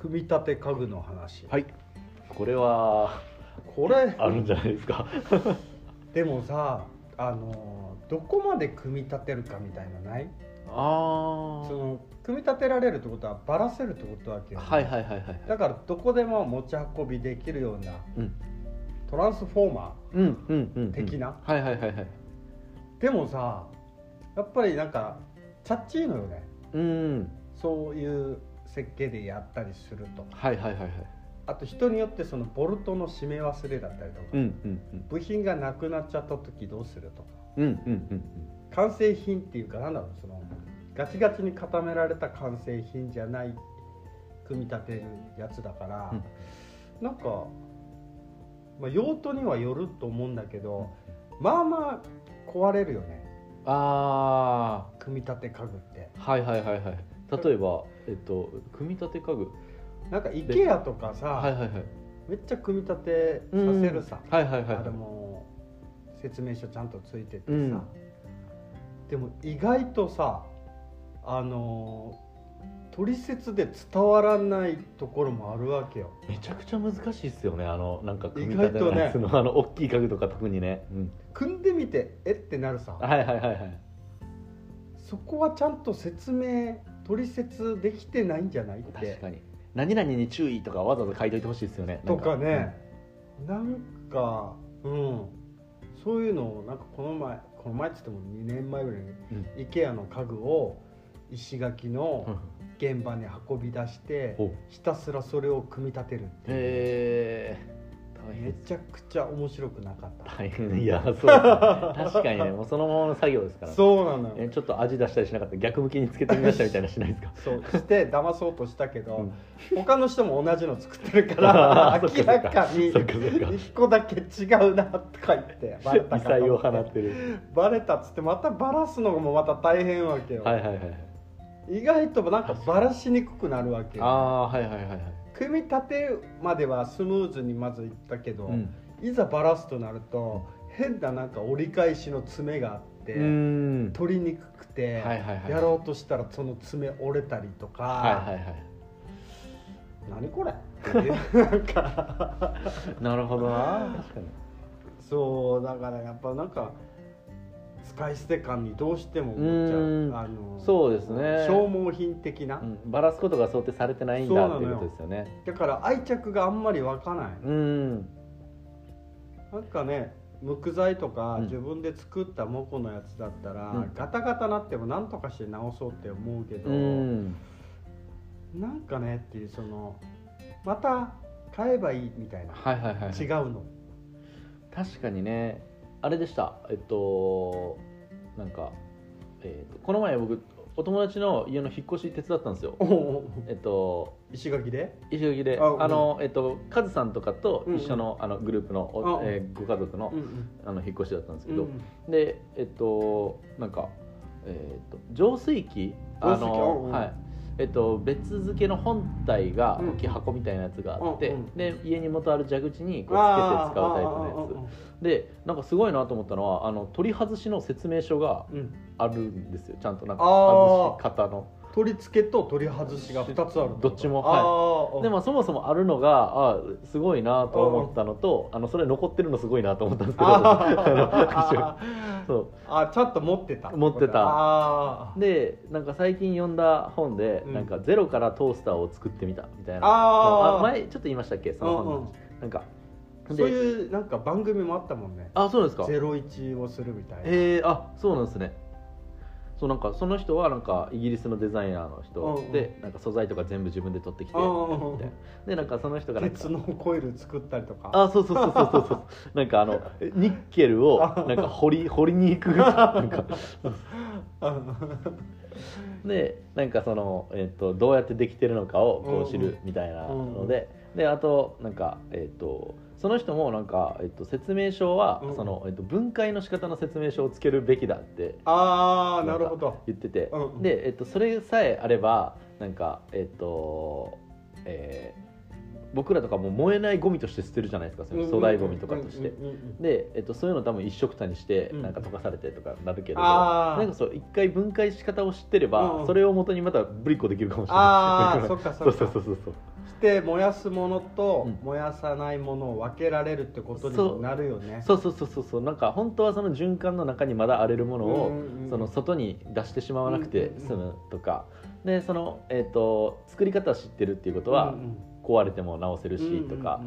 組み立て家具の話。 はい、これはあるんじゃないですかでもさ、どこまで組み立てるかみたいなない？その組み立てられるってことはばらせるってことわけよ、ね、 はいはいはいはい。 だからどこでも持ち運びできるような、トランスフォーマー的な。 はいはいはいはい。 でもさ、やっぱりなんかチャッチーのよね。そういう設計でやったりすると。 はいはいはいはい。あと人によってそのボルトの締め忘れだったりとか、部品がなくなっちゃった時どうするとか、完成品っていうかなんだろう、そのガチガチに固められた完成品じゃない組み立てるやつだから、なんか、用途にはよると思うんだけど、まあまあ壊れるよね。組み立て家具って。 はいはいはいはい。例えば組み立て家具なんか IKEA とかさ、めっちゃ組み立てさせるさ、あれも説明書ちゃんとついててさ、でも意外とさ、取説で伝わらないところもあるわけよ。 めちゃくちゃ難しいっすよね。なんか組み立てのやつの大きい家具とか特にね、 組んでみてってなるさ。そこはちゃんと説明取説できてないんじゃないって。 確かに何々に注意とかわざわざ書いといてほしいですよね。 とかね、なんかそういうのをなんかこの前っつっても2年前ぐらいに、IKEA の家具を石垣の現場に運び出して、ひたすらそれを組み立てるっていう。めちゃくちゃ面白くなかった。 大変。いや、そう確かにね、もうそのままの作業ですから、ね、 そうなのよ。 ちょっと味出したりしなかったら逆向きにつけてみましたみたいなしないですか？ そうして騙そうとしたけど、他の人も同じの作ってるから明らかに1個だけ違うなとか言ってバレたかと思って、 異彩を放ってる。 バレたっつってまたバラすのもまた大変わけよ。意外となんかバラしにくくなるわけよ。組み立てまではスムーズにまずいったけど、いざバラすとなると変ななんか折り返しの爪があって取りにくくて、やろうとしたらその爪折れたりとか、何これなんかなるほどな。確かにそうだからやっぱなんか使い捨て感にどうしても思っちゃう。 そうですね、 消耗品的な、 バラすことが想定されてないんだっていうことですよね。 だから愛着があんまり湧かない。なんかね、木材とか自分で作った木のやつだったら、ガタガタなっても何とかして直そうって思うけど、なんかねっていう、そのまた買えばいいみたいな、違うの。 確かにね。あれでした。なんか、この前僕お友達の家の引っ越し手伝ったんですよ。 石垣でカズさんとかと一緒のグループのご家族の引っ越しだったんですけど、でなんか浄水器、別付けの本体が大きい箱みたいなやつがあって、で家に元ある蛇口にこうつけて使うタイプのやつで、なんかすごいなと思ったのは取り外しの説明書があるんですよ。ちゃんとなんか外し方の取り付けと取り外しが2つある。 どっちも。でもそもそもあるのがすごいなと思ったのと、それ残ってるのすごいなと思ったんですけどちゃんと持ってたで、なんか最近読んだ本で、なんかゼロからトースターを作ってみたみたいな、前ちょっと言いましたっけ、その本なんかそういうなんか番組もあったもんね。 そうですか。 01をするみたいな。そうなんですね。なんかその人はなんかイギリスのデザイナーの人で、なんか素材とか全部自分で取ってきてみたいな。でなんかその人が鉄のコイル作ったりとか。 そうなんかニッケルをなんか掘りに行くなんかでなんかそのどうやってできてるのかをこう知るみたいなので、あとなんかその人もなんか、説明書は、その分解の仕方の説明書をつけるべきだってなるほど言ってて、で、それさえあればなんか僕らとかも燃えないゴミとして捨てるじゃないですか、その粗大ゴミとかとして。で、そういうの多分一緒くたにしてなんか溶かされてとかなるけど、なんかそう一回分解し方を知ってれば、それを元にまたブリコできるかもしれない。 そっかそっか。 そうして燃やすものと燃やさないものを分けられるってことになるよね。 そうなんか本当はその循環の中にまだ荒れるものをその外に出してしまわなくて済むとかで、その作り方を知ってるっていうことは壊れても直せるしとか、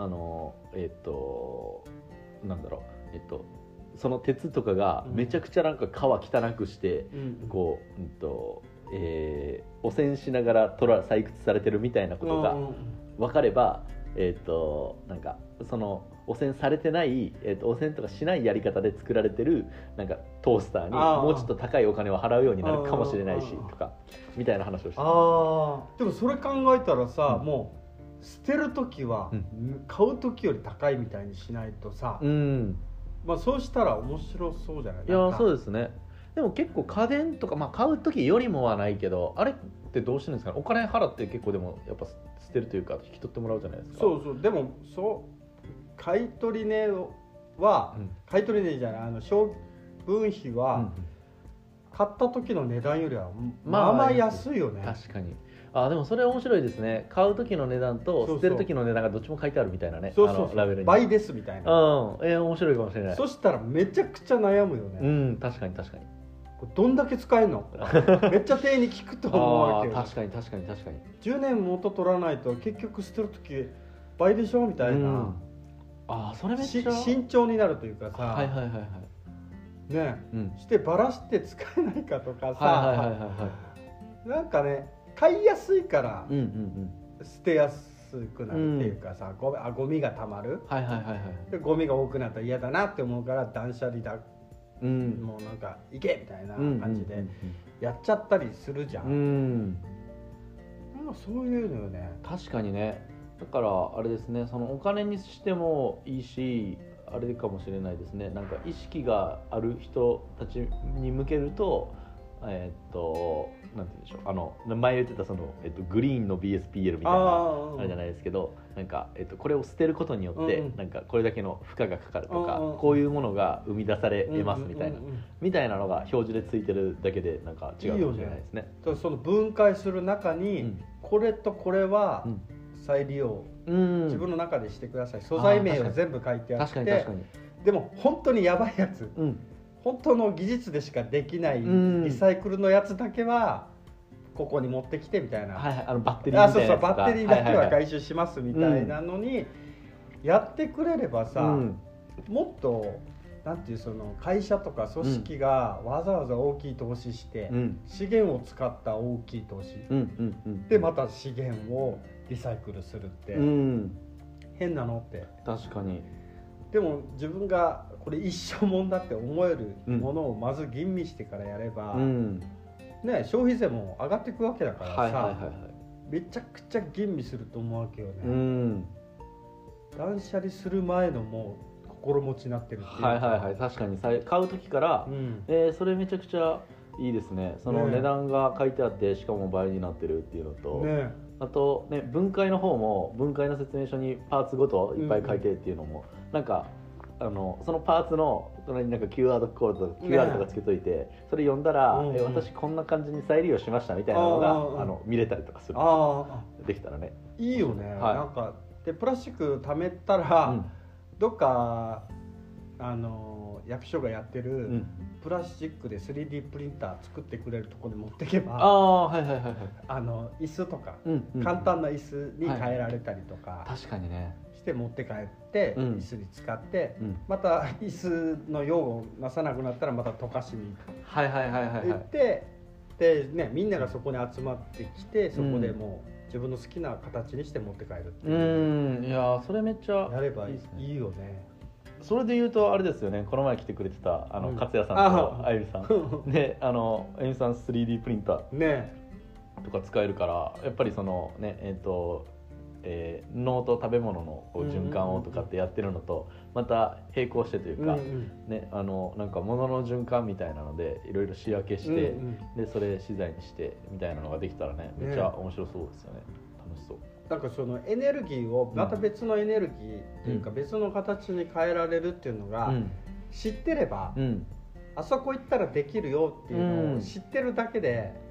なんだろう、その鉄とかがめちゃくちゃなんか皮汚くしてこう汚染しながら採掘されてるみたいなことが分かれば、なんかその汚染されてない、汚染とかしないやり方で作られてるなんかトースターにもうちょっと高いお金を払うようになるかもしれないしとかみたいな話をして。 でもそれ考えたらさ、もう捨てる時は買う時より高いみたいにしないとさ、まあそうしたら面白そうじゃない？ いやそうですね。でも結構家電とか、まあ、買う時よりもはないけど、あれってどうしてるんですかね。お金払って結構でもやっぱ捨てるというか引き取ってもらうじゃないですか。 そうでも買い取り値は、買い取り値じゃない処分費は、買った時の値段よりはまあまあ安いよね。 確かに。でもそれ面白いですね。買う時の値段と捨てる時の値段がどっちも書いてあるみたいなね。ラベルに倍ですみたいな。 面白いかもしれない。 そしたらめちゃくちゃ悩むよね。 確かにどんだけ使えるのめっちゃ手に効くと思うわけよ。 確かに 10年元取らないと結局捨てる時倍でしょみたいな。 それめっちゃ慎重になるというかさ、ね、してバラして使えないかとかさ、なんかね買いやすいから捨てやすくなるっていうかさ、ゴミがたまる、でゴミが多くなったら嫌だなって思うから断捨離だ、もうなんかいけみたいな感じでやっちゃったりするじゃん。そういうのよね。 確かにね。だからあれですね、そのお金にしてもいいし、あれかもしれないですね。なんか意識がある人たちに向けると、なんて言うんでしょう、前言ってたそのグリーンの BSPL みたいなあれじゃないですけど、なんかこれを捨てることによってなんかこれだけの負荷がかかるとか、こういうものが生み出されますみたいなのが表示でついてるだけでなんか違うかもしれないですね。 その分解する中にこれとこれは再利用、自分の中でしてください。素材名を全部書いてあって、でも本当にやばいやつ、本当の技術でしかできないリサイクルのやつだけはここに持ってきてみたいな、 バッテリーみたいなやつか、 バッテリーだけは回収しますみたいなのにやってくれればさ、もっとなんていう、その会社とか組織がわざわざ大きい投資して、資源を使った大きい投資、でまた資源をリサイクルするって、変なのって。 確かに。 でも自分がこれ一生もんだって思えるものをまず吟味してからやれば、ね、消費税も上がっていくわけだからさ、めちゃくちゃ吟味すると思うわけよね。断捨離する前のもう心持ちになってるっていうか、 確かに買う時から、それめちゃくちゃいいですね。その値段が書いてあってしかも倍になってるっていうのと、あとね、分解の方も分解の説明書にパーツごといっぱい書いてっていうのも、なんかそのパーツの隣になんか QR コードとか QR とかつけといて、それ読んだら、私こんな感じに再利用しましたみたいなのが見れたりとかする。できたらね、 いいよね。なんかでプラスチック貯めたら、どっか役所がやってるプラスチックで 3D プリンター作ってくれるところに持ってけば、椅子とか簡単な椅子に変えられたりとか、 確かにね、 して持って帰って椅子に使って、また椅子の用をなさなくなったらまた溶かしに行って、でね、みんながそこに集まってきて、そこでもう自分の好きな形にして持って帰るっていう。 いやそれめっちゃやればいいよね。 それで言うとあれですよね、この前来てくれてた勝也さんとあゆみさんで、あゆみさん 3D プリンターとか使えるから、やっぱりそのね脳と食べ物の循環をとかってやってるのとまた並行してというか、ね、なんか物の循環みたいなのでいろいろ仕分けして、でそれ資材にしてみたいなのができたらね、めっちゃ面白そうですよね。楽しそう。 なんかそのエネルギーをまた別のエネルギーというか別の形に変えられるっていうのが知ってれば、あそこ行ったらできるよっていうのを知ってるだけで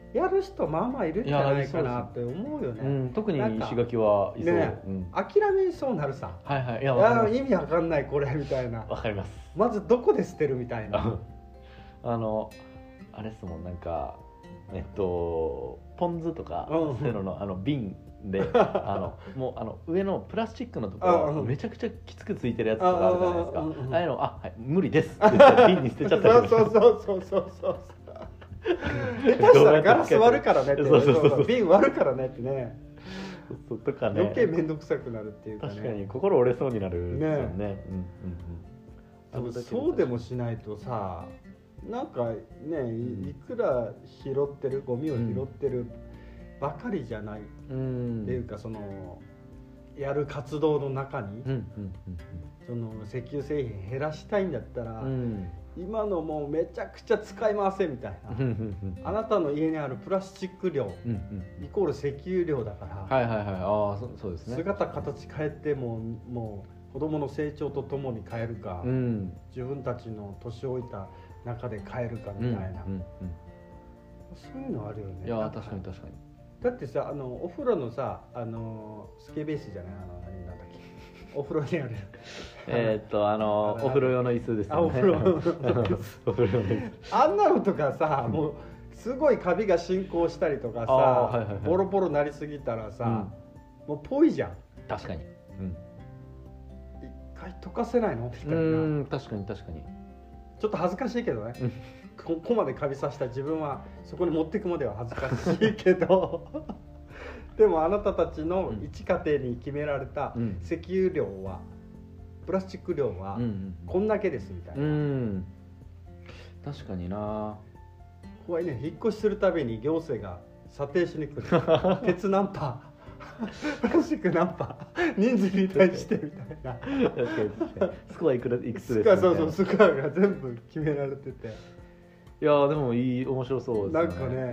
やる人まあまあいるんじゃないかなって思うよね、 うん、特に石垣はいそう、 ね、うん、諦めそうなるさ、 はいはい、 いや意味わかんないこれみたいな、 わかります。 まずどこで捨てるみたいなあれっすもん、なんかポン酢とかそういうのの瓶でもう上のプラスチックのところめちゃくちゃきつくついてるやつとかあるじゃないですか、ああいうのはい無理ですって言って瓶に捨てちゃったりとかそう下手したらガラス割るからねって瓶割るからねってねとかね、 余計面倒くさくなるっていうかね、 確かに心折れそうになるんですよね。 そうでもしないとさ、なんかね、いくら拾ってるゴミを拾ってるばかりじゃない、っていうかそのやる活動の中に、その石油製品減らしたいんだったら、今のもうめちゃくちゃ使い回せみたいな、あなたの家にあるプラスチック量、イコール石油量だから、 そうですね、 姿形変えてもう子供の成長とともに変えるか、自分たちの年老いた中で変えるかみたいな、そういうのあるよね。 いや確かに確かに。 だってさ、お風呂のさ、スケベースじゃない、何なんだっけ、お風呂にあるお風呂用の椅子ですよね。 お風呂用の椅子あんなのとかさ、もうすごいカビが進行したりとかさ、ボロボロなりすぎたらさ、もうぽいじゃん。 確かに、 一回溶かせないのみたいな。 確かに確かに。 ちょっと恥ずかしいけどね、ここまでカビさせた自分はそこに持っていくまでは恥ずかしいけどでもあなたたちの一家庭に決められた石油量は、プラスチック量はこんだけですみたいな、 確かにな。 怖いね、引っ越しするたびに行政が査定しに来る鉄何パープラスチック何パー人数に対してみたいな。 確かにスコアいくつですみたいな。 そうスコアが全部決められてて、 いやでも面白そうですね。 なんかね、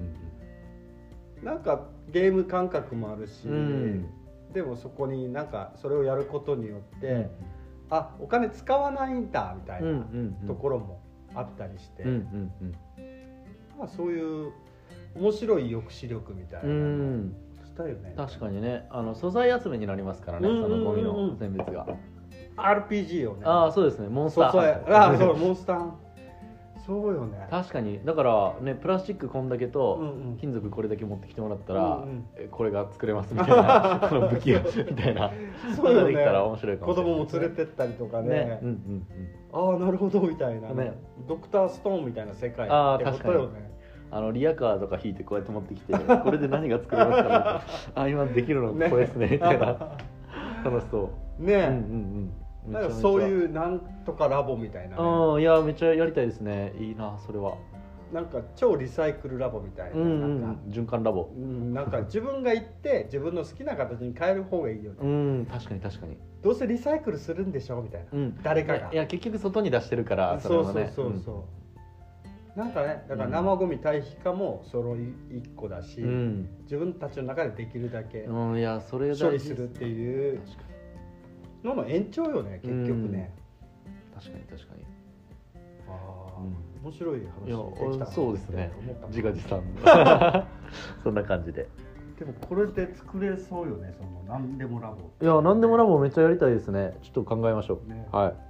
なんかゲーム感覚もあるし、でもそこになんかそれをやることによって、あ、お金使わないんだみたいなところもあったりして、そういう面白い抑止力みたいなのしたよね。 確かにね、素材集めになりますからね、そのゴミの選別が。 RPG をね。 そうですね、モンスター。そうモンスター。そうよね。 確かに、だからね、プラスチックこんだけと金属これだけ持ってきてもらったら、これが作れますみたいな、この武器がみたいな、そういうのできたら面白いかもしれない。 子供も連れてったりとかね。ああなるほどみたいな。ドクターストーンみたいな世界ってことよね。 リアカーとか引いてこうやって持ってきて、これで何が作れますかね。今できるのこれですねみたいな。楽しそうね。なんかそういうなんとかラボみたいな、 いやめっちゃやりたいですね。いいなそれは。 なんか超リサイクルラボみたいな、なんか循環ラボ、 なんか自分が行って自分の好きな形に変える方がいいよね。 確かに確かに。 どうせリサイクルするんでしょみたいな、誰かが。 いや結局外に出してるからそれはね。 そうなんかね、だから生ゴミ堆肥化もその一個だし、自分たちの中でできるだけ処理するっていうの延長よね、結局ね。 確かに確かに。 面白い話できたな。 そうですね、自画自賛そんな感じで。 でもこれで作れそうよね、その何でもラボ。 いや何でもラボめっちゃやりたいですね。ちょっと考えましょう。はい。